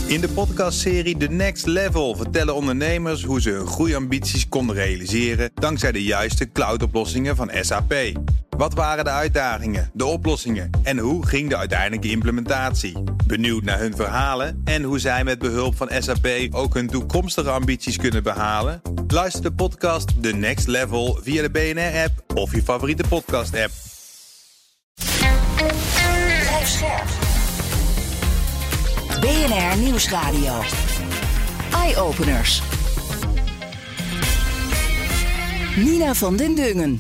In de podcastserie The Next Level vertellen ondernemers hoe ze hun groeiambities konden realiseren dankzij de juiste cloudoplossingen van SAP. Wat waren de uitdagingen, de oplossingen en hoe ging de uiteindelijke implementatie? Benieuwd naar hun verhalen en hoe zij met behulp van SAP ook hun toekomstige ambities kunnen behalen? Luister de podcast The Next Level via de BNR-app of je favoriete podcast-app. Blijf scherp. BNR Nieuwsradio. Eye-openers. Nina van den Dungen.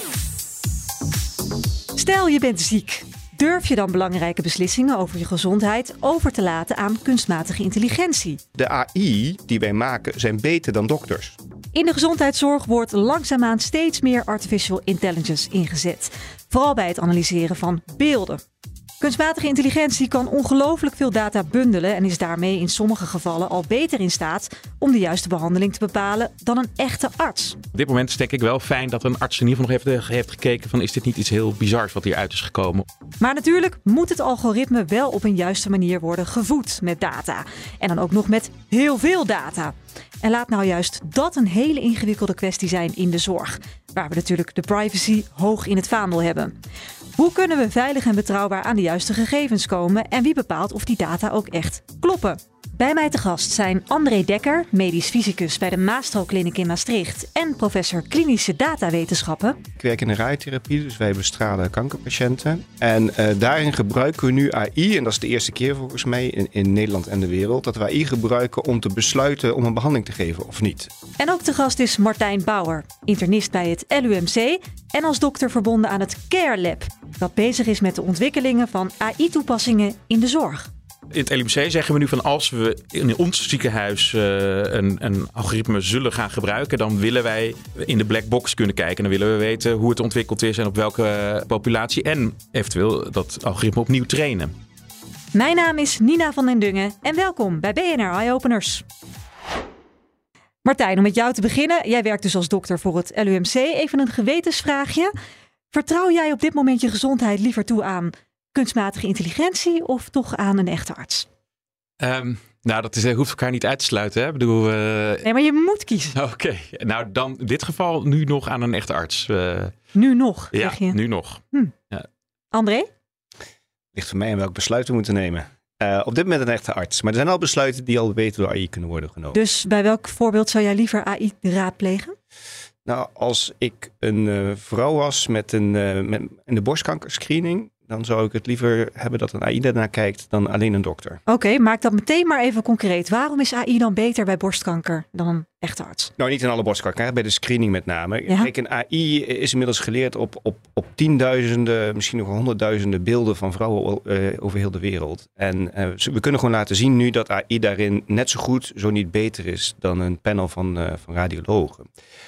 Stel je bent ziek. Durf je dan belangrijke beslissingen over je gezondheid over te laten aan kunstmatige intelligentie? De AI die wij maken zijn beter dan dokters. In de gezondheidszorg wordt langzaamaan steeds meer artificial intelligence ingezet. Vooral bij het analyseren van beelden. Kunstmatige intelligentie kan ongelooflijk veel data bundelen en is daarmee in sommige gevallen al beter in staat om de juiste behandeling te bepalen dan een echte arts. Op dit moment is het denk ik wel fijn dat een arts in ieder geval nog heeft gekeken van is dit niet iets heel bizars wat hieruit is gekomen. Maar natuurlijk moet het algoritme wel op een juiste manier worden gevoed met data. En dan ook nog met heel veel data. En laat nou juist dat een hele ingewikkelde kwestie zijn in de zorg. Waar we natuurlijk de privacy hoog in het vaandel hebben. Hoe kunnen we veilig en betrouwbaar aan de juiste gegevens komen en wie bepaalt of die data ook echt kloppen? Bij mij te gast zijn André Dekker, medisch fysicus bij de Maastro Kliniek in Maastricht en professor klinische datawetenschappen. Ik werk in de radiotherapie, dus wij bestralen kankerpatiënten. En daarin gebruiken we nu AI, en dat is de eerste keer volgens mij in Nederland en de wereld, dat we AI gebruiken om te besluiten om een behandeling te geven of niet. En ook te gast is Martijn Bauer, internist bij het LUMC en als dokter verbonden aan het Care Lab, dat bezig is met de ontwikkelingen van AI-toepassingen in de zorg. In het LUMC zeggen we nu van als we in ons ziekenhuis een algoritme zullen gaan gebruiken, dan willen wij in de black box kunnen kijken. Dan willen we weten hoe het ontwikkeld is en op welke populatie en eventueel dat algoritme opnieuw trainen. Mijn naam is Nina van den Dungen en welkom bij BNR Eye-openers. Martijn, om met jou te beginnen. Jij werkt dus als dokter voor het LUMC. Even een gewetensvraagje. Vertrouw jij op dit moment je gezondheid liever toe aan kunstmatige intelligentie of toch aan een echte arts? Nou, dat hoeft elkaar niet uit te sluiten. Hè? Ik bedoel, Nee, maar je moet kiezen. Oké. Nou dan in dit geval nu nog aan een echte arts. Nu nog, ja, zeg je? Nu nog. Ja. André? Ligt voor mij aan welk besluit we moeten nemen. Op dit moment een echte arts. Maar er zijn al besluiten die al beter door AI kunnen worden genomen. Dus bij welk voorbeeld zou jij liever AI raadplegen? Nou, als ik een vrouw was met in de borstkankerscreening, dan zou ik het liever hebben dat een AI daarnaar kijkt dan alleen een dokter. Oké, maak dat meteen maar even concreet. Waarom is AI dan beter bij borstkanker dan een echte arts? Nou, niet in alle borstkanker, hè? Bij de screening met name. Ja? Kijk, een AI is inmiddels geleerd op tienduizenden, misschien nog 100.000 beelden van vrouwen over heel de wereld. En we kunnen gewoon laten zien nu dat AI daarin net zo goed, zo niet beter is dan een panel van radiologen.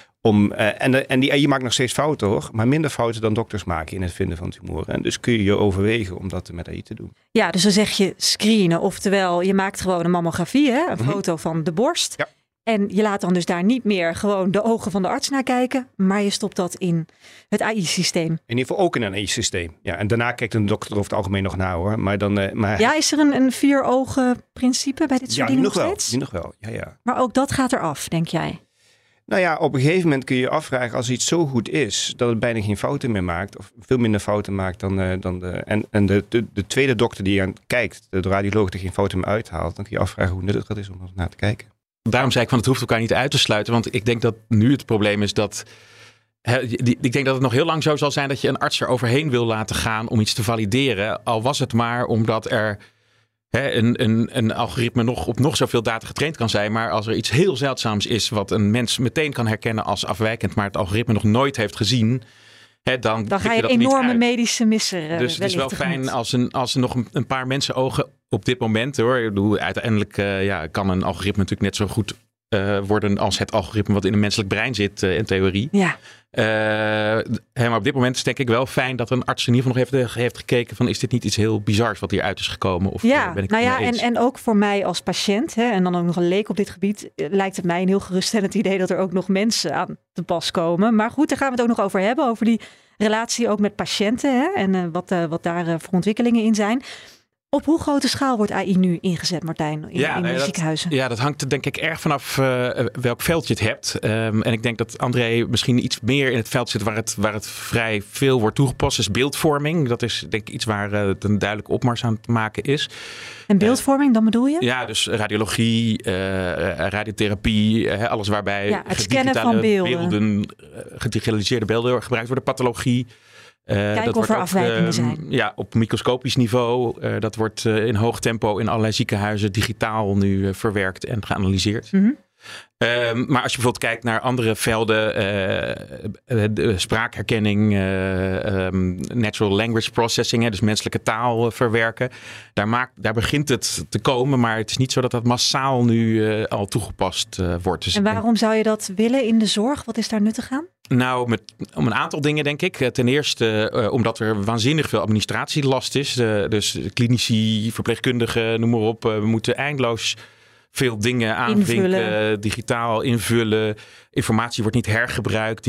En die AI maakt nog steeds fouten hoor, maar minder fouten dan dokters maken in het vinden van tumoren. En dus kun je overwegen om dat met AI te doen. Ja, dus dan zeg je screenen, oftewel je maakt gewoon een mammografie, hè? Een foto van de borst. Ja. En je laat dan dus daar niet meer gewoon de ogen van de arts naar kijken, maar je stopt dat in het AI-systeem. In ieder geval ook in een AI-systeem. Ja, en daarna kijkt een dokter over het algemeen nog na hoor. Maar ja, is er een 4-ogen principe bij dit soort dingen nog steeds? Ja, nog wel. Ja. Maar ook dat gaat eraf, denk jij? Nou ja, op een gegeven moment kun je je afvragen als iets zo goed is dat het bijna geen fouten meer maakt of veel minder fouten maakt dan de tweede dokter die aan kijkt, de radioloog die geen fouten meer uithaalt, dan kun je je afvragen hoe nuttig dat is om er naar te kijken. Daarom zei ik van het hoeft elkaar niet uit te sluiten, want ik denk dat nu het probleem is dat ik denk dat het nog heel lang zo zal zijn dat je een arts er overheen wil laten gaan om iets te valideren, al was het maar omdat er een algoritme op nog zoveel data getraind kan zijn. Maar als er iets heel zeldzaams is wat een mens meteen kan herkennen als afwijkend, maar het algoritme nog nooit heeft gezien, dan ga je enorme medische missen. Dus het is wel fijn als er nog een paar mensenogen op dit moment hoor. Ik bedoel, uiteindelijk kan een algoritme natuurlijk net zo goed worden als het algoritme wat in een menselijk brein zit in theorie. Ja. Maar op dit moment is het denk ik wel fijn dat een arts in ieder geval nog even heeft gekeken van is dit niet iets heel bizars wat hieruit is gekomen? Of ben ik het mee eens? En ook voor mij als patiënt en dan ook nog een leek op dit gebied lijkt het mij een heel geruststellend idee dat er ook nog mensen aan te pas komen. Maar goed, daar gaan we het ook nog over hebben, over die relatie ook met patiënten en wat daar voor ontwikkelingen in zijn. Op hoe grote schaal wordt AI nu ingezet, Martijn, in de ziekenhuizen? Ja, dat hangt er denk ik erg vanaf welk veld je het hebt. En ik denk dat André misschien iets meer in het veld zit waar het vrij veel wordt toegepast. Dus beeldvorming, dat is denk ik iets waar het een duidelijke opmars aan te maken is. En beeldvorming, dan bedoel je? Ja, dus radiologie, radiotherapie, alles waarbij het scannen van beelden. Gedigitaliseerde beelden gebruikt worden, pathologie. Kijken of er afwijkingen zijn. Ja, op microscopisch niveau. Dat wordt in hoog tempo in allerlei ziekenhuizen digitaal nu verwerkt en geanalyseerd. Mm-hmm. Maar als je bijvoorbeeld kijkt naar andere velden, spraakherkenning, natural language processing, dus menselijke taal verwerken. Daar begint het te komen, maar het is niet zo dat dat massaal nu al toegepast wordt. Dus en waarom zou je dat willen in de zorg? Wat is daar nuttig aan? Nou, om een aantal dingen denk ik. Ten eerste omdat er waanzinnig veel administratielast is. Dus klinici, verpleegkundigen, noem maar op. We moeten eindeloos veel dingen aanvinken, digitaal invullen. Informatie wordt niet hergebruikt.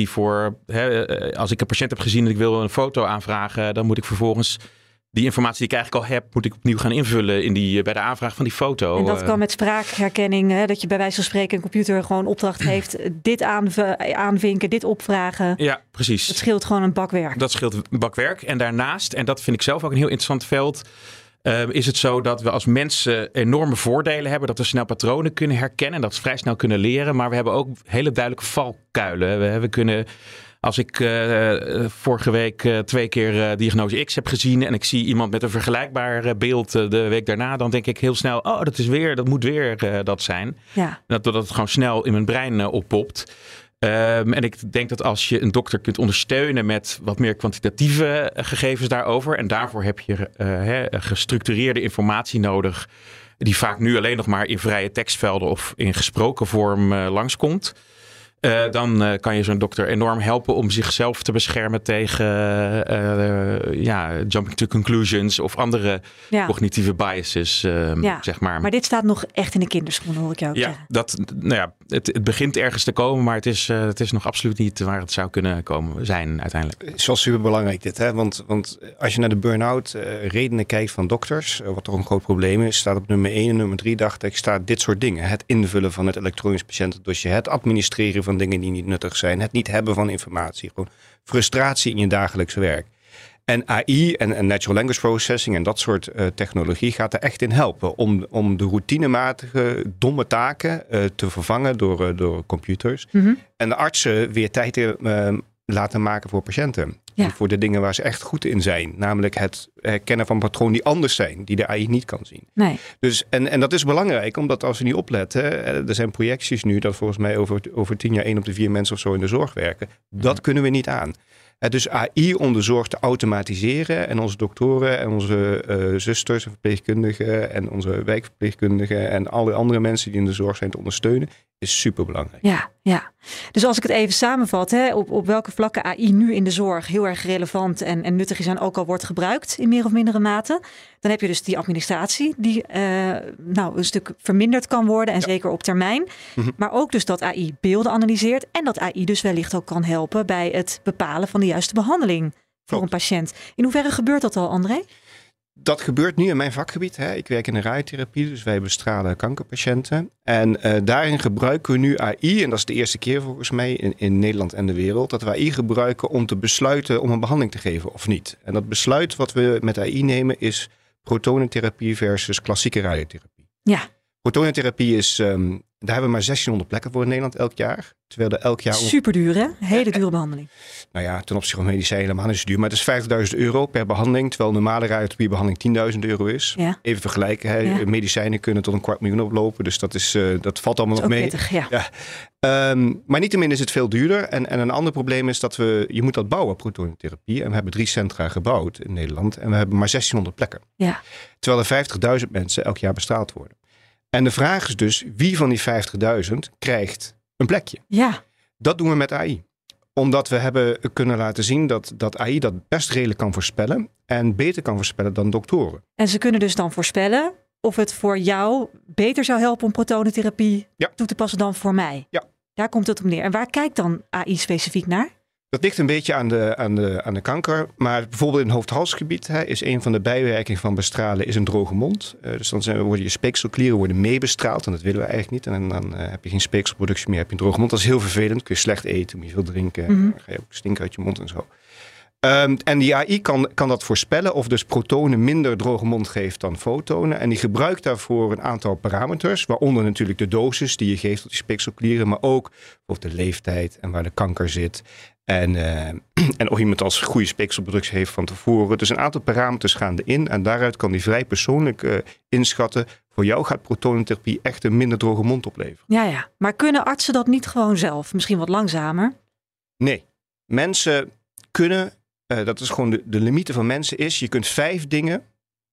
Als ik een patiënt heb gezien en ik wil een foto aanvragen, dan moet ik vervolgens die informatie die ik eigenlijk al heb, moet ik opnieuw gaan invullen bij de aanvraag van die foto. En dat kan met spraakherkenning, dat je bij wijze van spreken een computer gewoon opdracht geeft, dit aanvinken, dit opvragen. Ja, precies. Dat scheelt gewoon een bak werk. Dat scheelt een bak werk. En daarnaast, en dat vind ik zelf ook een heel interessant veld, is het zo dat we als mensen enorme voordelen hebben, dat we snel patronen kunnen herkennen en dat we vrij snel kunnen leren. Maar we hebben ook hele duidelijke valkuilen. We kunnen, als ik vorige week 2 keer diagnose X heb gezien en ik zie iemand met een vergelijkbaar beeld de week daarna, dan denk ik heel snel, dat moet weer dat zijn. Ja. Dat het gewoon snel in mijn brein oppopt. En ik denk dat als je een dokter kunt ondersteunen met wat meer kwantitatieve gegevens daarover, en daarvoor heb je gestructureerde informatie nodig, die vaak nu alleen nog maar in vrije tekstvelden of in gesproken vorm langskomt. Dan kan je zo'n dokter enorm helpen om zichzelf te beschermen tegen jumping to conclusions of andere cognitieve biases, zeg maar. Maar dit staat nog echt in de kinderschoenen, hoor ik jou zeggen. Het begint ergens te komen, maar het is nog absoluut niet waar het zou kunnen zijn uiteindelijk. Het is wel super belangrijk dit, hè? Want als je naar de burn-out redenen kijkt van dokters, wat toch een groot probleem is, staat op nummer 1 en nummer 3, dacht ik, staat dit soort dingen. Het invullen van het elektronisch patiëntendossier, het administreren van dingen die niet nuttig zijn, het niet hebben van informatie, gewoon frustratie in je dagelijkse werk. En AI en natural language processing en dat soort technologie gaat er echt in helpen om de routinematige domme taken te vervangen door computers. Mm-hmm. En de artsen weer tijd te laten maken voor patiënten. Ja. En voor de dingen waar ze echt goed in zijn. Namelijk het herkennen van patronen die anders zijn, die de AI niet kan zien. Nee. Dus, en dat is belangrijk, omdat als we niet opletten, er zijn projecties nu dat volgens mij over 10 jaar 1 op de 4 mensen of zo in de zorg werken. Dat kunnen we niet aan. Dus AI om de zorg te automatiseren en onze doktoren en onze zusters en verpleegkundigen en onze wijkverpleegkundigen en alle andere mensen die in de zorg zijn te ondersteunen, is superbelangrijk. Ja. Dus als ik het even samenvat, op welke vlakken AI nu in de zorg heel erg relevant en nuttig is en ook al wordt gebruikt in meer of mindere mate, dan heb je dus die administratie die een stuk verminderd kan worden en zeker op termijn. Mm-hmm. Maar ook dus dat AI beelden analyseert en dat AI dus wellicht ook kan helpen bij het bepalen van de juiste behandeling voor een patiënt. In hoeverre gebeurt dat al, André? Dat gebeurt nu in mijn vakgebied. Ik werk in de radiotherapie, dus wij bestralen kankerpatiënten. En daarin gebruiken we nu AI, en dat is de eerste keer volgens mij in Nederland en de wereld, dat we AI gebruiken om te besluiten om een behandeling te geven of niet. En dat besluit wat we met AI nemen is protonentherapie versus klassieke radiotherapie. Ja. Protonentherapie is, daar hebben we maar 1600 plekken voor in Nederland elk jaar. Terwijl er elk jaar... Super duur, hè? Hele dure behandeling. Nou ja, ten opzichte van medicijnen helemaal niet zo duur. Maar het is €50.000 per behandeling. Terwijl normale radiotherapiebehandeling €10.000 is. Ja. Even vergelijken. Ja. Medicijnen kunnen tot €250.000 oplopen. Dus dat valt allemaal nog mee. Pittig, ja. Maar niettemin is het veel duurder. En een ander probleem is dat je moet dat bouwen, protonentherapie. En we hebben 3 centra gebouwd in Nederland. En we hebben maar 1600 plekken. Ja. Terwijl er 50.000 mensen elk jaar bestraald worden. En de vraag is dus, wie van die 50.000 krijgt een plekje? Ja. Dat doen we met AI. Omdat we hebben kunnen laten zien dat AI dat best redelijk kan voorspellen. En beter kan voorspellen dan doktoren. En ze kunnen dus dan voorspellen of het voor jou beter zou helpen om protonentherapie toe te passen dan voor mij. Ja. Daar komt het op neer. En waar kijkt dan AI specifiek naar? Dat ligt een beetje aan de kanker. Maar bijvoorbeeld in het hoofd-halsgebied is een van de bijwerkingen van bestralen is een droge mond. Dus dan worden je speekselklieren worden meebestraald. En dat willen we eigenlijk niet. En dan heb je geen speekselproductie meer, heb je een droge mond. Dat is heel vervelend. Kun je slecht eten, moet je veel drinken. Dan ga je ook stinken uit je mond en zo. En die AI kan dat voorspellen of dus protonen minder droge mond geeft dan fotonen. En die gebruikt daarvoor een aantal parameters. Waaronder natuurlijk de dosis die je geeft tot die speekselklieren. Maar ook bijvoorbeeld de leeftijd en waar de kanker zit. En of iemand als goede speekselproductie heeft van tevoren. Dus een aantal parameters gaan erin. En daaruit kan die vrij persoonlijk inschatten. Voor jou gaat protonentherapie echt een minder droge mond opleveren. Ja. Maar kunnen artsen dat niet gewoon zelf? Misschien wat langzamer? Nee. Mensen kunnen... dat is gewoon de limiete van mensen is. Je kunt 5 dingen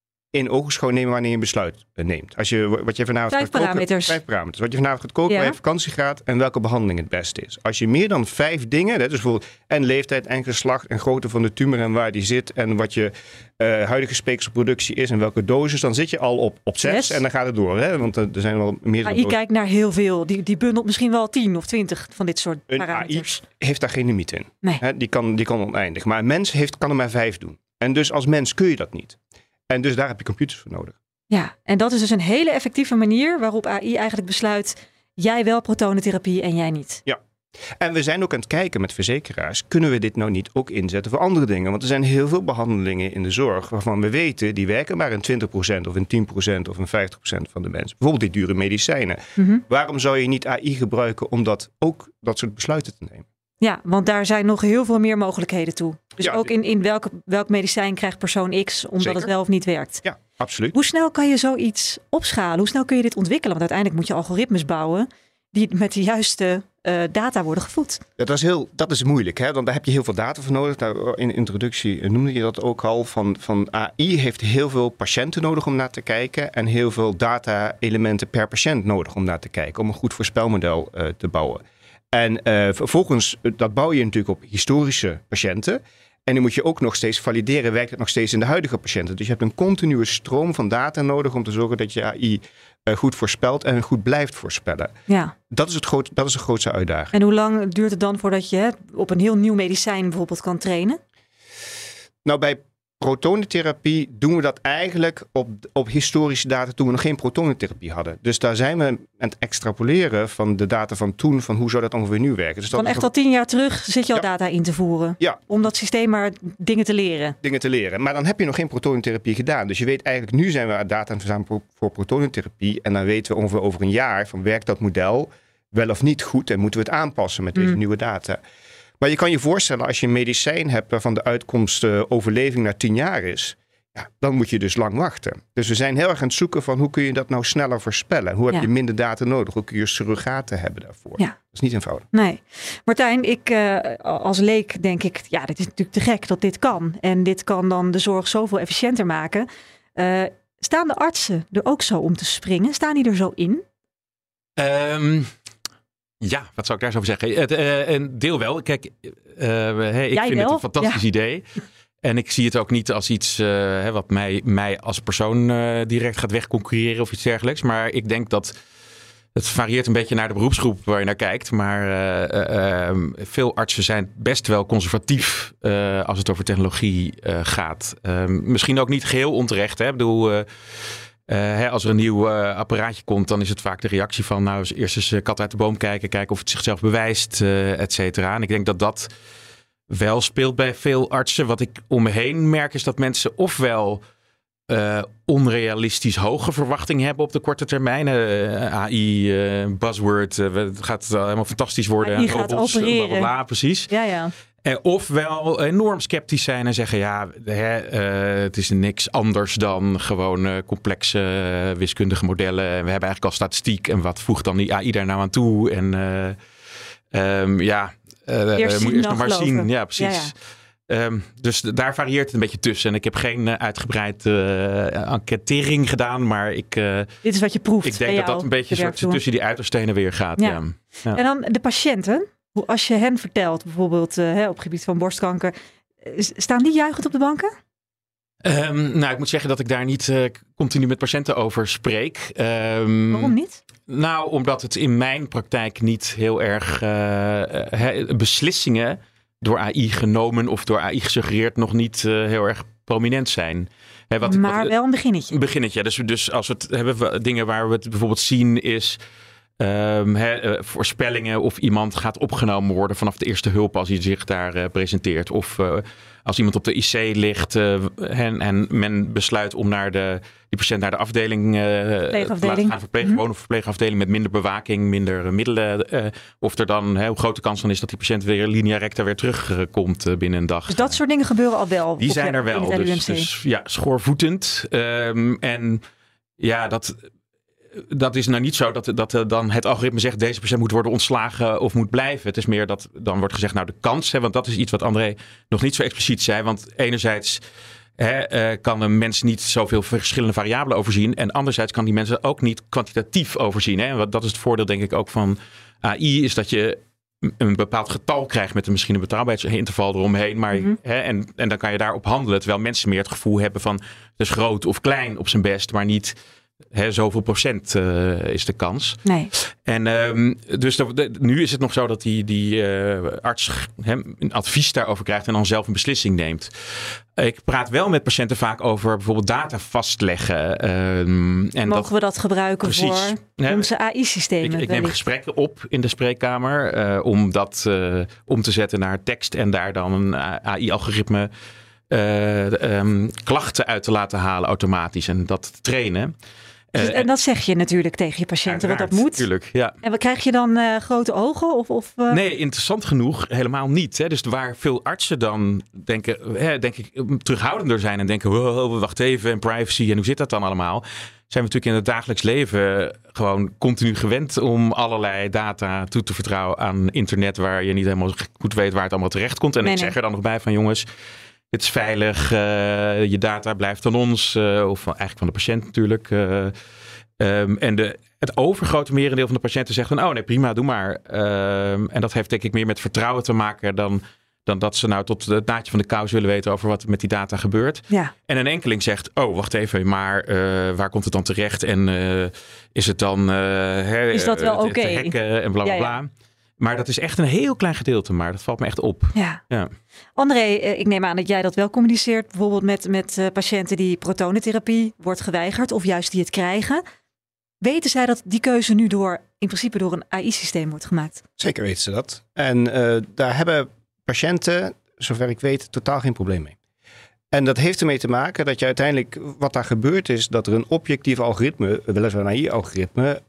in ogenschouw nemen wanneer je een besluit neemt. Wat je vanavond 5 gaat koken, parameters. 5 parameters. Wat je vanavond gaat koken, waar je op vakantie gaat en welke behandeling het beste is. Als je meer dan 5 dingen, dus bijvoorbeeld en leeftijd en geslacht en grootte van de tumor en waar die zit en wat je huidige speekselproductie is en welke dosis, dan zit je al op 6 en dan gaat het door. Hè? Want er zijn wel meer. AI kijkt naar heel veel. Die bundelt misschien wel 10 of 20 van dit soort parameters. AI heeft daar geen limiet in. Nee. Hè? Die kan oneindig. Maar een mens kan er maar 5 doen. En dus als mens kun je dat niet. En dus daar heb je computers voor nodig. Ja, en dat is dus een hele effectieve manier waarop AI eigenlijk besluit, jij wel protonentherapie en jij niet. Ja. En we zijn ook aan het kijken met verzekeraars, kunnen we dit nou niet ook inzetten voor andere dingen? Want er zijn heel veel behandelingen in de zorg waarvan we weten, die werken maar in 20% of in 10% of in 50% van de mensen. Bijvoorbeeld die dure medicijnen. Waarom zou je niet AI gebruiken om dat soort besluiten te nemen? Ja, want daar zijn nog heel veel meer mogelijkheden toe. Dus ook in welk medicijn krijgt persoon X, omdat het wel of niet werkt. Ja, absoluut. Hoe snel kan je zoiets opschalen? Hoe snel kun je dit ontwikkelen? Want uiteindelijk moet je algoritmes bouwen die met de juiste data worden gevoed. Ja, dat is moeilijk, hè? Want daar heb je heel veel data voor nodig. In de introductie noemde je dat ook al. Van AI heeft heel veel patiënten nodig om naar te kijken. En heel veel data-elementen per patiënt nodig om naar te kijken. Om een goed voorspelmodel te bouwen. En vervolgens, dat bouw je natuurlijk op historische patiënten. En dan moet je ook nog steeds valideren, werkt het nog steeds in de huidige patiënten. Dus je hebt een continue stroom van data nodig om te zorgen dat je AI goed voorspelt en goed blijft voorspellen. Ja. Dat is de grootste uitdaging. En hoe lang duurt het dan voordat je op een heel nieuw medicijn bijvoorbeeld kan trainen? Nou, bij protonentherapie doen we dat eigenlijk op historische data toen we nog geen protonentherapie hadden. Dus daar zijn we aan het extrapoleren van de data van toen, van hoe zou dat ongeveer nu werken. Dus dat van echt al 10 jaar terug zit je al data in te voeren. Ja. Om dat systeem maar dingen te leren. Maar dan heb je nog geen protonentherapie gedaan. Dus je weet eigenlijk, nu zijn we data aan het verzamelen voor protonentherapie. En dan weten we ongeveer over een jaar van werkt dat model wel of niet goed en moeten we het aanpassen met deze nieuwe data. Maar je kan je voorstellen, als je een medicijn hebt waarvan de uitkomst overleving na 10 jaar is, ja, dan moet je dus lang wachten. Dus we zijn heel erg aan het zoeken van hoe kun je dat nou sneller voorspellen? Hoe heb je minder data nodig? Hoe kun je surrogaten hebben daarvoor? Ja. Dat is niet eenvoudig. Nee. Martijn, ik als leek denk ik, ja, dit is natuurlijk te gek dat dit kan. En dit kan dan de zorg zoveel efficiënter maken. Staan de artsen er ook zo om te springen? Staan die er zo in? Ja, wat zou ik daar zo over zeggen? Een deel wel. Kijk, ik vind het een fantastisch idee. En ik zie het ook niet als iets wat mij als persoon direct gaat wegconcurreren of iets dergelijks. Maar ik denk dat het varieert een beetje naar de beroepsgroep waar je naar kijkt. Maar veel artsen zijn best wel conservatief als het over technologie gaat. Misschien ook niet geheel onterecht. Hè? Ik bedoel, als er een nieuw apparaatje komt, dan is het vaak de reactie van, nou, eerst eens kat uit de boom kijken of het zichzelf bewijst, et cetera. En ik denk dat dat wel speelt bij veel artsen. Wat ik om me heen merk is dat mensen ofwel onrealistisch hoge verwachtingen hebben op de korte termijn. AI, buzzword, het gaat helemaal fantastisch worden. AI gaat opereren. Blablabla, precies. Ja. Ofwel enorm sceptisch zijn en zeggen, het is niks anders dan gewoon complexe wiskundige modellen. En we hebben eigenlijk al statistiek en wat voegt dan die AI daar nou aan toe? En moet je eerst nog maar zien. Ja, precies. Ja. Dus daar varieert het een beetje tussen. En ik heb geen uitgebreid enquêtering gedaan, maar dit is wat je proeft. Ik denk dat een beetje soort tussen die uiterstenen weer gaat. Ja. En dan de patiënten. Als je hen vertelt, bijvoorbeeld op het gebied van borstkanker, staan die juichend op de banken? Ik moet zeggen dat ik daar niet continu met patiënten over spreek. Waarom niet? Nou, omdat het in mijn praktijk niet heel erg beslissingen door AI genomen of door AI gesuggereerd nog niet heel erg prominent zijn. Maar wel een beginnetje. Een beginnetje. Dus als we het hebben, dingen waar we het bijvoorbeeld zien is voorspellingen of iemand gaat opgenomen worden vanaf de eerste hulp als hij zich daar presenteert. Of als iemand op de IC ligt en men besluit om die patiënt naar de afdeling te laten gaan verplegen, gewoon of verpleegafdeling met minder bewaking, minder middelen. Of er dan, hoe groot de kans dan is dat die patiënt weer linea recta weer terugkomt binnen een dag. Dus dat soort dingen gebeuren al wel. Die zijn er wel. Dus ja, schoorvoetend. En ja, dat is nou niet zo dat dan het algoritme zegt deze patiënt moet worden ontslagen of moet blijven. Het is meer dat dan wordt gezegd, nou de kans, want dat is iets wat André nog niet zo expliciet zei. Want enerzijds kan een mens niet zoveel verschillende variabelen overzien. En anderzijds kan die mensen ook niet kwantitatief overzien. Want dat is het voordeel denk ik ook van AI, is dat je een bepaald getal krijgt met misschien een betrouwbaarheidsinterval eromheen. Maar, en dan kan je daarop handelen. Terwijl mensen meer het gevoel hebben van het is groot of klein op zijn best, maar niet zoveel procent is de kans. Nee. En dus nu is het nog zo dat die arts een advies daarover krijgt en dan zelf een beslissing neemt. Ik praat wel met patiënten vaak over bijvoorbeeld data vastleggen. Mogen we dat gebruiken voor onze AI-systemen? Ik neem gesprekken op in de spreekkamer om dat om te zetten naar tekst en daar dan een AI-algoritme klachten uit te laten halen automatisch en dat te trainen. En dat zeg je natuurlijk tegen je patiënten, wat dat moet. Tuurlijk, ja. En wat krijg je dan grote ogen? Nee, interessant genoeg helemaal niet. Hè. Dus waar veel artsen dan denk ik, terughoudender zijn en denken, wow, wacht even, en privacy en hoe zit dat dan allemaal? Zijn we natuurlijk in het dagelijks leven gewoon continu gewend om allerlei data toe te vertrouwen aan internet waar je niet helemaal goed weet waar het allemaal terecht komt. En ik zeg er dan nog bij van jongens, het is veilig, je data blijft van ons, of eigenlijk van de patiënt natuurlijk. En het overgrote merendeel van de patiënten zegt van, oh nee, prima, doe maar. En dat heeft denk ik meer met vertrouwen te maken dan dat ze nou tot het naadje van de kous willen weten over wat er met die data gebeurt. Ja. En een enkeling zegt, oh wacht even, maar waar komt het dan terecht? En is het dan is dat wel oké? Te hacken en bla bla bla. Maar dat is echt een heel klein gedeelte, maar dat valt me echt op. Ja. André, ik neem aan dat jij dat wel communiceert. Bijvoorbeeld met patiënten die protonentherapie wordt geweigerd of juist die het krijgen. Weten zij dat die keuze nu in principe door een AI-systeem wordt gemaakt? Zeker weten ze dat. En daar hebben patiënten, zover ik weet, totaal geen probleem mee. En dat heeft ermee te maken dat je uiteindelijk, wat daar gebeurt is, dat er een objectief algoritme, weliswaar een AI-algoritme,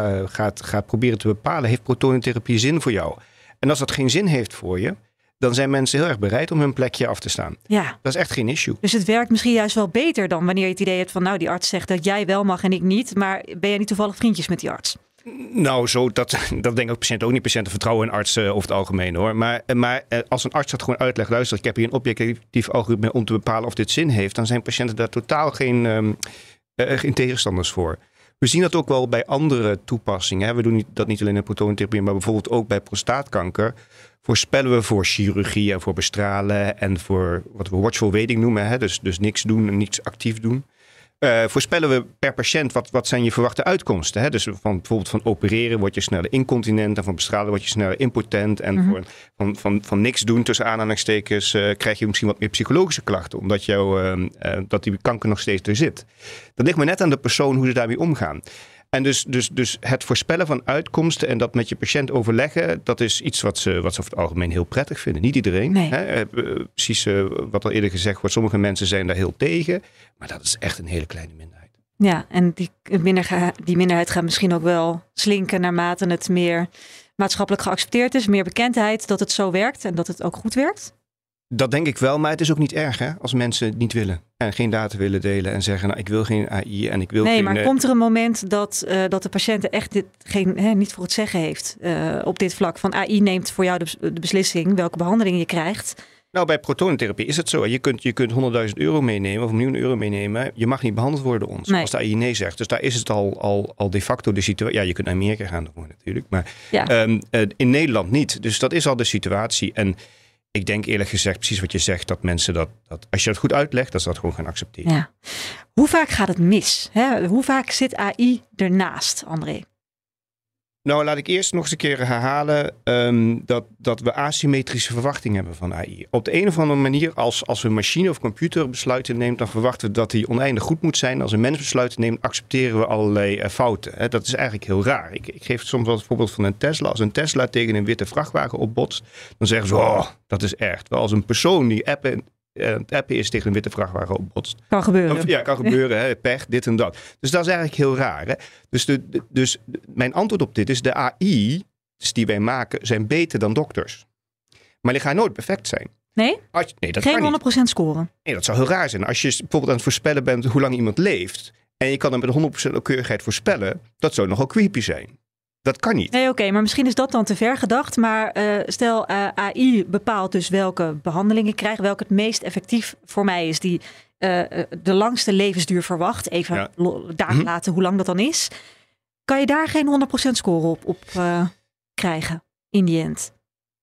gaat proberen te bepalen, heeft protonentherapie zin voor jou? En als dat geen zin heeft voor je, dan zijn mensen heel erg bereid om hun plekje af te staan. Ja. Dat is echt geen issue. Dus het werkt misschien juist wel beter dan wanneer je het idee hebt van, nou, die arts zegt dat jij wel mag en ik niet, maar ben jij niet toevallig vriendjes met die arts? Nou, dat denken ook patiënten ook niet. Patiënten vertrouwen in artsen over het algemeen hoor. Maar als een arts dat gewoon uitlegt, luister, ik heb hier een objectief algoritme om te bepalen of dit zin heeft, dan zijn patiënten daar totaal geen tegenstanders voor. We zien dat ook wel bij andere toepassingen. Hè. We doen dat niet alleen in protonentherapie, maar bijvoorbeeld ook bij prostaatkanker. Voorspellen we voor chirurgie en voor bestralen en voor wat we watchful waiting noemen. Hè. Dus niks doen en niets actief doen. Voorspellen we per patiënt wat zijn je verwachte uitkomsten. Hè? Dus bijvoorbeeld van opereren word je sneller incontinent en van bestralen word je sneller impotent. En van niks doen tussen aanhalingstekens krijg je misschien wat meer psychologische klachten. Omdat dat die kanker nog steeds er zit. Dat ligt maar net aan de persoon hoe ze daarmee omgaan. En dus het voorspellen van uitkomsten en dat met je patiënt overleggen, dat is iets wat ze over het algemeen heel prettig vinden. Niet iedereen. Nee. Hè? Precies wat al eerder gezegd wordt, sommige mensen zijn daar heel tegen. Maar dat is echt een hele kleine minderheid. Ja, en die minderheid gaat misschien ook wel slinken naarmate het meer maatschappelijk geaccepteerd is. Meer bekendheid dat het zo werkt en dat het ook goed werkt. Dat denk ik wel, maar het is ook niet erg hè, als mensen het niet willen. En geen data willen delen en zeggen, nou, ik wil geen AI en ik wil geen... Nee, maar komt er een moment dat de patiënt echt niet voor het zeggen heeft op dit vlak? Van AI neemt voor jou de beslissing welke behandeling je krijgt. Nou, bij protonentherapie is het zo. Je kunt €100.000 meenemen of €1.000.000 meenemen. Je mag niet behandeld worden door ons, als de AI nee zegt. Dus daar is het al de facto de situatie. Ja, je kunt naar Amerika gaan natuurlijk, maar in Nederland niet. Dus dat is al de situatie. En ik denk eerlijk gezegd, precies wat je zegt, dat mensen dat als je dat goed uitlegt, dat ze dat gewoon gaan accepteren. Ja. Hoe vaak gaat het mis? Hè? Hoe vaak zit AI ernaast, André? Nou, laat ik eerst nog eens een keer herhalen dat we asymmetrische verwachtingen hebben van AI. Op de een of andere manier, als een machine of computer besluiten neemt, dan verwachten we dat die oneindig goed moet zijn. Als een mens besluiten neemt, accepteren we allerlei fouten. Dat is eigenlijk heel raar. Ik geef soms wel het voorbeeld van een Tesla. Als een Tesla tegen een witte vrachtwagen opbotst, dan zeggen ze, dat is erg. Terwijl als een persoon die het appen is tegen een witte vrachtwagen opbotst. Kan gebeuren. Ja, kan gebeuren. Hè, pech, dit en dat. Dus dat is eigenlijk heel raar. Hè? Dus mijn antwoord op dit is, de AI die wij maken zijn beter dan dokters. Maar die gaan nooit perfect zijn. Nee? Nee, dat geen kan 100% scoren. Nee, dat zou heel raar zijn. Als je bijvoorbeeld aan het voorspellen bent hoe lang iemand leeft, en je kan hem met 100% nauwkeurigheid voorspellen, dat zou nogal creepy zijn. Dat kan niet. Nee, oké, maar misschien is dat dan te ver gedacht. Maar stel, AI bepaalt dus welke behandeling ik krijg, welke het meest effectief voor mij is, die de langste levensduur verwacht. Even daar laten hoe lang dat dan is. Kan je daar geen 100% score op krijgen in die end?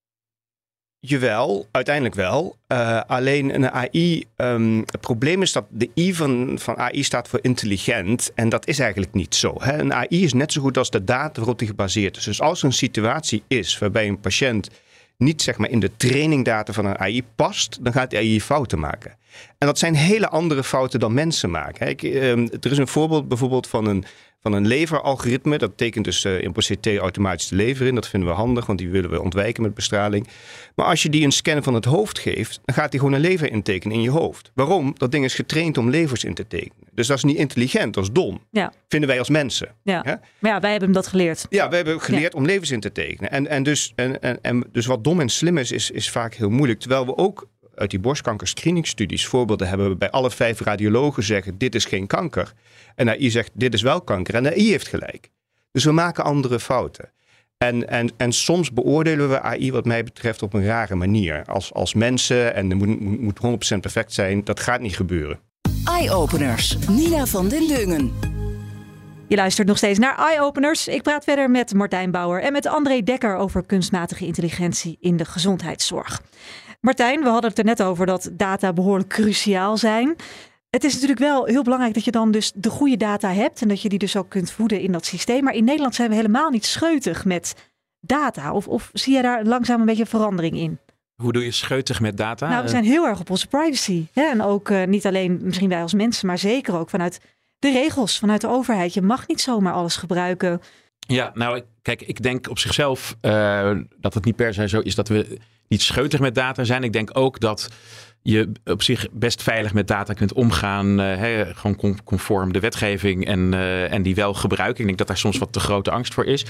Jawel, uiteindelijk wel. Alleen een AI, het probleem is dat de I van AI staat voor intelligent. En dat is eigenlijk niet zo. Hè? Een AI is net zo goed als de data waarop die gebaseerd is. Dus als er een situatie is waarbij een patiënt niet zeg maar in de trainingdata van een AI past, dan gaat de AI fouten maken. En dat zijn hele andere fouten dan mensen maken. Hè? Er is een voorbeeld bijvoorbeeld van een leveralgoritme. Dat tekent dus in CT automatisch de lever in. Dat vinden we handig, want die willen we ontwijken met bestraling. Maar als je die een scan van het hoofd geeft, dan gaat die gewoon een lever intekenen in je hoofd. Waarom? Dat ding is getraind om levers in te tekenen. Dus dat is niet intelligent, dat is dom. Ja. Vinden wij als mensen. Ja. Hè? Maar ja, wij hebben hem dat geleerd. Ja, wij hebben geleerd om levers in te tekenen. En dus wat dom en slim is vaak heel moeilijk. Terwijl we ook uit die borstkankerscreeningstudies voorbeelden hebben we bij alle 5 radiologen zeggen, dit is geen kanker. En AI zegt, dit is wel kanker. En AI heeft gelijk. Dus we maken andere fouten. En soms beoordelen we AI wat mij betreft op een rare manier. Als mensen, en er moet 100% perfect zijn, dat gaat niet gebeuren. Eye-openers. Nina van den Dungen. Je luistert nog steeds naar Eye-openers. Ik praat verder met Martijn Bouwer en met André Dekker over kunstmatige intelligentie in de gezondheidszorg. Martijn, we hadden het er net over dat data behoorlijk cruciaal zijn. Het is natuurlijk wel heel belangrijk dat je dan dus de goede data hebt en dat je die dus ook kunt voeden in dat systeem. Maar in Nederland zijn we helemaal niet scheutig met data. Of zie je daar langzaam een beetje verandering in? Hoe doe je scheutig met data? Nou, we zijn heel erg op onze privacy. Hè? En ook niet alleen misschien wij als mensen, maar zeker ook vanuit de regels, vanuit de overheid. Je mag niet zomaar alles gebruiken. Ja, nou kijk, ik denk op zichzelf dat het niet per se zo is dat we niet scheutig met data zijn. Ik denk ook dat je op zich best veilig met data kunt omgaan. Gewoon conform de wetgeving en die wel gebruiken. Ik denk dat daar soms wat te grote angst voor is.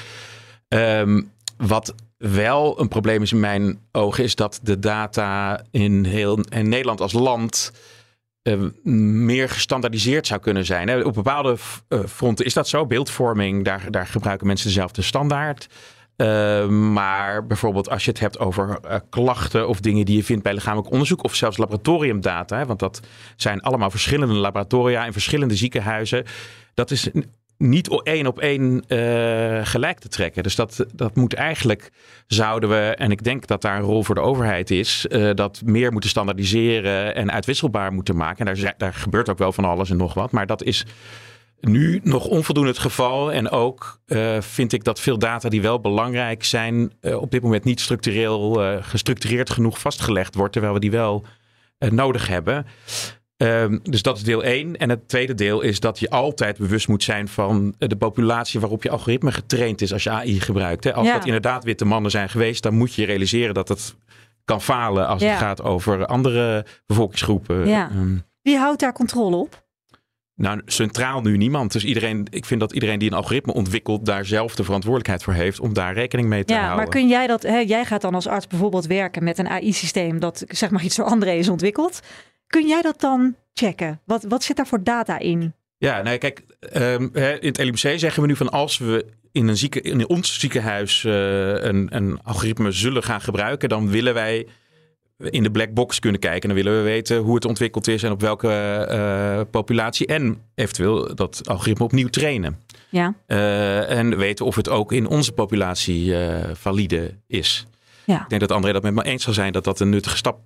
Wat wel een probleem is in mijn ogen, is dat de data in Nederland als land meer gestandaardiseerd zou kunnen zijn. Op bepaalde fronten is dat zo. Beeldvorming, daar gebruiken mensen dezelfde standaard. Maar bijvoorbeeld als je het hebt over klachten of dingen die je vindt bij lichamelijk onderzoek of zelfs laboratoriumdata, want dat zijn allemaal verschillende laboratoria in verschillende ziekenhuizen. Dat is niet 1 op 1 gelijk te trekken. Dus dat moet eigenlijk, zouden we, en ik denk dat daar een rol voor de overheid is, dat meer moeten standaardiseren en uitwisselbaar moeten maken. En daar gebeurt ook wel van alles en nog wat. Maar dat is nu nog onvoldoende het geval. En ook vind ik dat veel data die wel belangrijk zijn, op dit moment niet gestructureerd genoeg vastgelegd wordt, terwijl we die wel nodig hebben. Dus dat is deel 1. En het tweede deel is dat je altijd bewust moet zijn van de populatie waarop je algoritme getraind is als je AI gebruikt. Hè. Als dat inderdaad witte mannen zijn geweest, dan moet je realiseren dat het kan falen als het gaat over andere bevolkingsgroepen. Ja. Wie houdt daar controle op? Nou, centraal nu niemand. Dus ik vind dat iedereen die een algoritme ontwikkelt, daar zelf de verantwoordelijkheid voor heeft om daar rekening mee te houden. Maar kun jij dat, jij gaat dan als arts bijvoorbeeld werken met een AI-systeem dat zeg maar iets door André is ontwikkeld. Kun jij dat dan checken? Wat zit daar voor data in? Ja, nou kijk, in het LUMC zeggen we nu van als we in ons ziekenhuis een algoritme zullen gaan gebruiken, dan willen wij in de black box kunnen kijken. Dan willen we weten hoe het ontwikkeld is en op welke populatie. En eventueel dat algoritme opnieuw trainen. Ja. En weten of het ook in onze populatie valide is. Ja. Ik denk dat André dat met me eens zal zijn dat een nuttige stap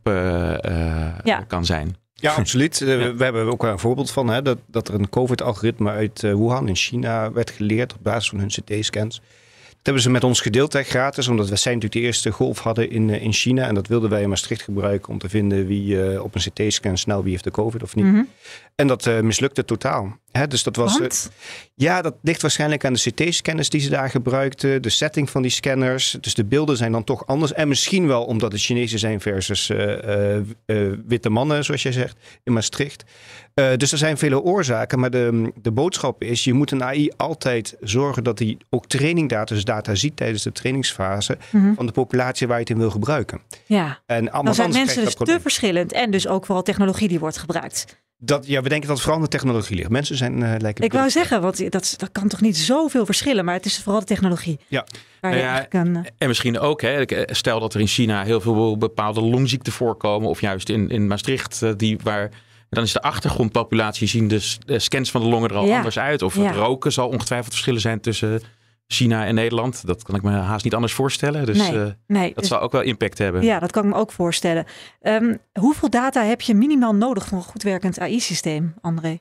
kan zijn. Ja, absoluut. We hebben ook een voorbeeld van dat er een COVID-algoritme uit Wuhan in China werd geleerd op basis van hun CT-scans. hebben ze met ons gedeeld gratis, omdat wij natuurlijk de eerste golf hadden in China. En dat wilden wij in Maastricht gebruiken om te vinden wie op een CT-scan snel wie heeft de COVID of niet. Mm-hmm. En dat mislukte totaal. Dus dat was. Dat ligt waarschijnlijk aan de CT-scanners die ze daar gebruikten. De setting van die scanners. Dus de beelden zijn dan toch anders. En misschien wel omdat het Chinezen zijn versus witte mannen, zoals jij zegt, in Maastricht. Dus er zijn vele oorzaken. Maar de boodschap is, je moet een AI altijd zorgen dat hij ook trainingdata, dus data ziet tijdens de trainingsfase van de populatie waar je het in wil gebruiken. Ja, en dan zijn mensen dus te verschillend. En dus ook vooral technologie die wordt gebruikt. We denken dat het vooral aan de technologie ligt. Mensen zijn lijken. Ik wou zeggen, want dat kan toch niet zoveel verschillen, maar het is vooral de technologie. Ja. En misschien ook, stel dat er in China heel veel bepaalde longziekten voorkomen, of juist in Maastricht, dan is de achtergrondpopulatie, zien de scans van de longen er al anders uit. Of het roken zal ongetwijfeld verschillen zijn tussen China en Nederland. Dat kan ik me haast niet anders voorstellen. Dus dat zal ook wel impact hebben. Ja, dat kan ik me ook voorstellen. Hoeveel data heb je minimaal nodig voor een goed werkend AI-systeem, André?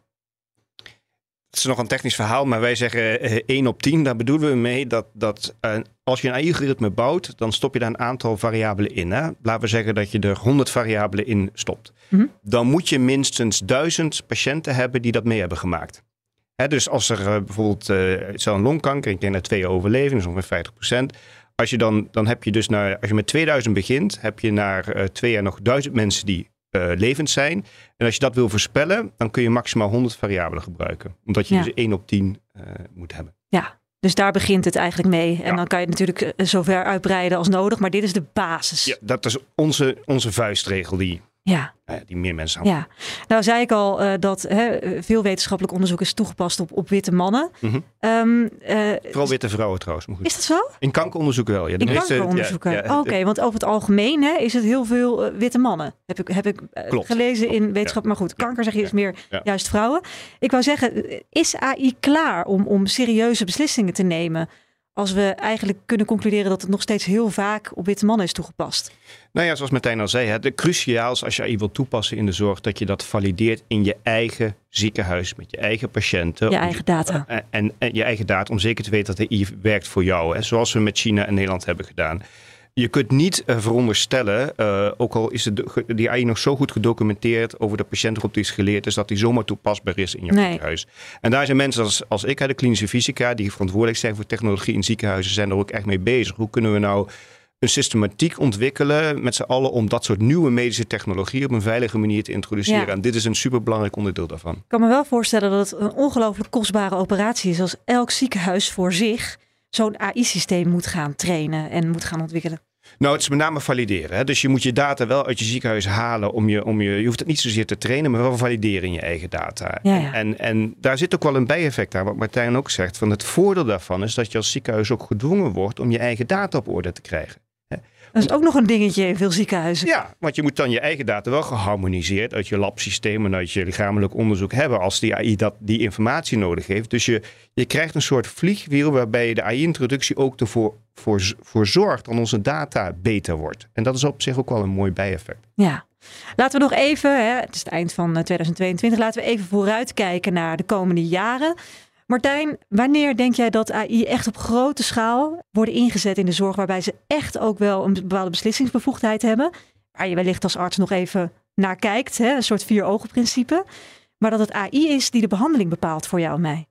Het is nog een technisch verhaal, maar wij zeggen 1 op 10. Daar bedoelen we mee dat als je een AI-algoritme bouwt, dan stop je daar een aantal variabelen in. Hè? Laten we zeggen dat je er 100 variabelen in stopt. Mm-hmm. Dan moet je minstens 1000 patiënten hebben die dat mee hebben gemaakt. Dus als er bijvoorbeeld zo'n longkanker, ik denk dat 2 overleven, dus ongeveer 50%. Als je dan heb je dus als je met 2000 begint, heb je na 2 jaar nog 1000 mensen die levend zijn. En als je dat wil voorspellen, dan kun je maximaal 100 variabelen gebruiken. Omdat je dus 1 op 10 moet hebben. Ja, dus daar begint het eigenlijk mee. En dan kan je het natuurlijk zover uitbreiden als nodig. Maar dit is de basis. Ja, dat is onze vuistregel die meer mensen houden. Ja, nou zei ik al dat veel wetenschappelijk onderzoek is toegepast op witte mannen. Mm-hmm. Vooral witte vrouwen trouwens. Is dat zo? In kankeronderzoek wel. Ja. In kankeronderzoeken? Oké, want over het algemeen is het heel veel witte mannen. Heb ik gelezen in wetenschap. Maar goed, kanker zeg je is meer juist vrouwen. Ik wou zeggen, is AI klaar om serieuze beslissingen te nemen? Als we eigenlijk kunnen concluderen dat het nog steeds heel vaak op witte mannen is toegepast. Nou ja, zoals Martijn al zei, de cruciaal is als je AI wil toepassen in de zorg, dat je dat valideert in je eigen ziekenhuis, met je eigen patiënten. Je eigen data. En je eigen data, om zeker te weten dat de AI werkt voor jou. Hè, zoals we met China en Nederland hebben gedaan. Je kunt niet veronderstellen, ook al is die AI nog zo goed gedocumenteerd over de patiëntgroep die is geleerd, is dat die zomaar toepasbaar is in je ziekenhuis. En daar zijn mensen als ik, de klinische fysica, die verantwoordelijk zijn voor technologie in ziekenhuizen, zijn er ook echt mee bezig. Hoe kunnen we nou een systematiek ontwikkelen met z'n allen om dat soort nieuwe medische technologie op een veilige manier te introduceren. Ja. En dit is een superbelangrijk onderdeel daarvan. Ik kan me wel voorstellen dat het een ongelooflijk kostbare operatie is als elk ziekenhuis voor zich zo'n AI-systeem moet gaan trainen en moet gaan ontwikkelen. Nou, het is met name valideren. Hè? Dus je moet je data wel uit je ziekenhuis halen. Je hoeft het niet zozeer te trainen, maar wel valideren in je eigen data. Ja. En daar zit ook wel een bijeffect aan, wat Martijn ook zegt. Van het voordeel daarvan is dat je als ziekenhuis ook gedwongen wordt om je eigen data op orde te krijgen. Dat is ook nog een dingetje in veel ziekenhuizen. Ja, want je moet dan je eigen data wel geharmoniseerd uit je labsysteem en uit je lichamelijk onderzoek hebben als die AI die informatie nodig heeft. Dus je krijgt een soort vliegwiel waarbij je de AI-introductie ook ervoor voor zorgt dat onze data beter wordt. En dat is op zich ook wel een mooi bijeffect. Ja. Laten we nog even, het is het eind van 2022, laten we even vooruitkijken naar de komende jaren. Martijn, wanneer denk jij dat AI echt op grote schaal worden ingezet in de zorg, waarbij ze echt ook wel een bepaalde beslissingsbevoegdheid hebben, waar je wellicht als arts nog even naar kijkt, een soort 4-ogen-principe, maar dat het AI is die de behandeling bepaalt voor jou en mij?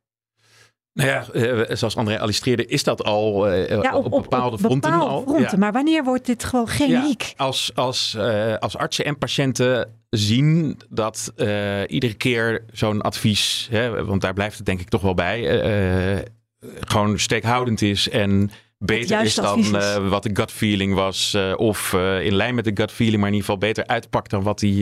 Nou ja, zoals André illustreerde, is dat al op bepaalde fronten al. Ja. Maar wanneer wordt dit gewoon generiek? Ja, als artsen en patiënten zien dat iedere keer zo'n advies, want daar blijft het denk ik toch wel bij, gewoon steekhoudend is en beter is dan wat de gut feeling was. Of in lijn met de gut feeling, maar in ieder geval beter uitpakt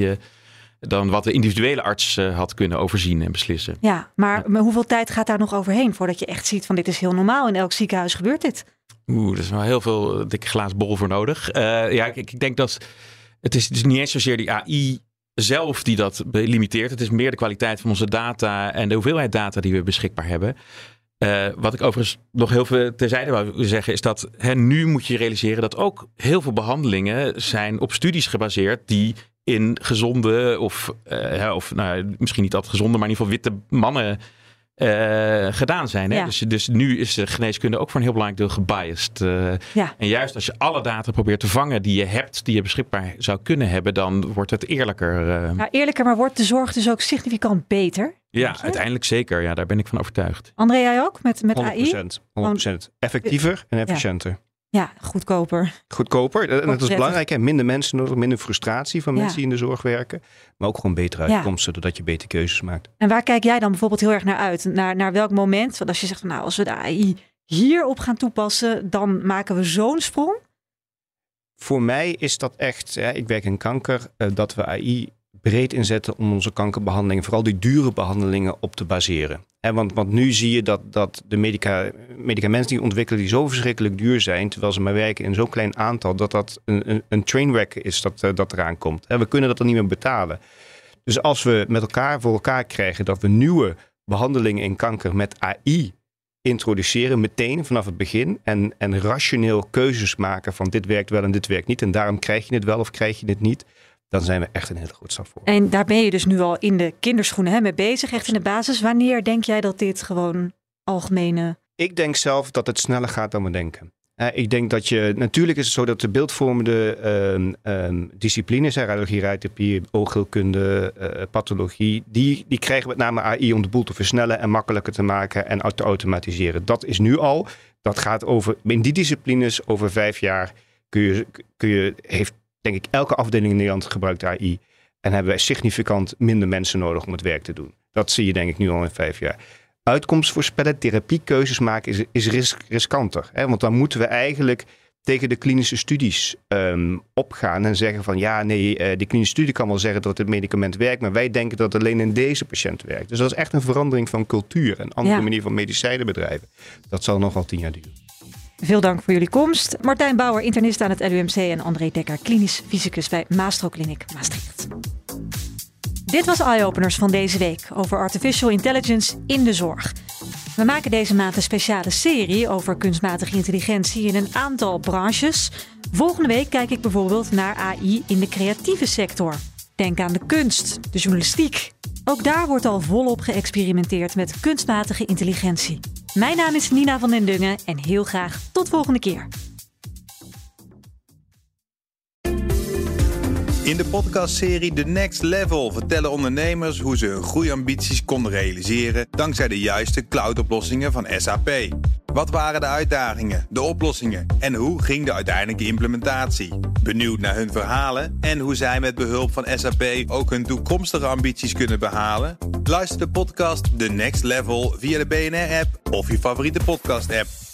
dan wat de individuele arts had kunnen overzien en beslissen. Ja, maar hoeveel tijd gaat daar nog overheen voordat je echt ziet van dit is heel normaal, in elk ziekenhuis gebeurt dit? Er is wel heel veel dikke glazen bol voor nodig. Ik denk dat het is niet eens zozeer die AI zelf die dat limiteert. Het is meer de kwaliteit van onze data en de hoeveelheid data die we beschikbaar hebben. Wat ik overigens nog heel veel terzijde wou zeggen is dat nu moet je realiseren dat ook heel veel behandelingen zijn op studies gebaseerd die in gezonde of misschien niet altijd gezonde, maar in ieder geval witte mannen gedaan zijn. Hè? Ja. Dus nu is de geneeskunde ook voor een heel belangrijk deel gebiased. En juist als je alle data probeert te vangen die je hebt, die je beschikbaar zou kunnen hebben, dan wordt het eerlijker. Eerlijker, maar wordt de zorg dus ook significant beter? Ja, uiteindelijk zeker. Ja, daar ben ik van overtuigd. André, jij ook met 100%, AI? 100%. Effectiever en efficiënter. Ja, goedkoper. Goedkoper. En dat is belangrijk. Hè? Minder mensen nodig, minder frustratie van mensen die in de zorg werken. Maar ook gewoon betere uitkomsten, doordat je betere keuzes maakt. En waar kijk jij dan bijvoorbeeld heel erg naar uit? Naar welk moment? Want als je zegt, van, nou, als we de AI hierop gaan toepassen, dan maken we zo'n sprong. Voor mij is dat echt, ik werk in kanker, dat we AI breed inzetten om onze kankerbehandelingen, vooral die dure behandelingen, op te baseren. Want nu zie je dat de medicamenten die ontwikkelen die zo verschrikkelijk duur zijn, terwijl ze maar werken in zo'n klein aantal, dat een trainwreck is dat eraan komt. We kunnen dat dan niet meer betalen. Dus als we met elkaar voor elkaar krijgen dat we nieuwe behandelingen in kanker met AI introduceren meteen vanaf het begin en rationeel keuzes maken van dit werkt wel en dit werkt niet en daarom krijg je het wel of krijg je het niet, dan zijn we echt een hele grote stap voor. En daar ben je dus nu al in de kinderschoenen mee bezig, echt in de basis. Wanneer denk jij dat dit gewoon algemene... Ik denk zelf dat het sneller gaat dan we denken. Ik denk dat natuurlijk is het zo dat de beeldvormende disciplines, radiologie, radiotherapie, oogheelkunde, pathologie, die krijgen met name AI om de boel te versnellen en makkelijker te maken en te automatiseren. Dat is nu al. Dat gaat in die disciplines over 5 jaar heeft denk ik elke afdeling in Nederland gebruikt AI. En hebben wij significant minder mensen nodig om het werk te doen. Dat zie je denk ik nu al in 5 jaar. Uitkomst voorspellen, therapiekeuzes maken is riskanter. Hè? Want dan moeten we eigenlijk tegen de klinische studies opgaan en zeggen van de klinische studie kan wel zeggen dat het medicament werkt, maar wij denken dat het alleen in deze patiënt werkt. Dus dat is echt een verandering van cultuur, een andere manier van medicijnen bedrijven. Dat zal nog wel 10 jaar duren. Veel dank voor jullie komst. Martijn Bauer, internist aan het LUMC en André Dekker, klinisch fysicus bij Maastro Kliniek Maastricht. Dit was Eye-Openers van deze week over artificial intelligence in de zorg. We maken deze maand een speciale serie over kunstmatige intelligentie in een aantal branches. Volgende week kijk ik bijvoorbeeld naar AI in de creatieve sector. Denk aan de kunst, de journalistiek. Ook daar wordt al volop geëxperimenteerd met kunstmatige intelligentie. Mijn naam is Nina van den Dungen en heel graag tot volgende keer. In de podcastserie The Next Level vertellen ondernemers hoe ze hun groeiambities konden realiseren dankzij de juiste cloudoplossingen van SAP. Wat waren de uitdagingen, de oplossingen en hoe ging de uiteindelijke implementatie? Benieuwd naar hun verhalen en hoe zij met behulp van SAP ook hun toekomstige ambities kunnen behalen? Luister de podcast The Next Level via de BNR-app of je favoriete podcast-app.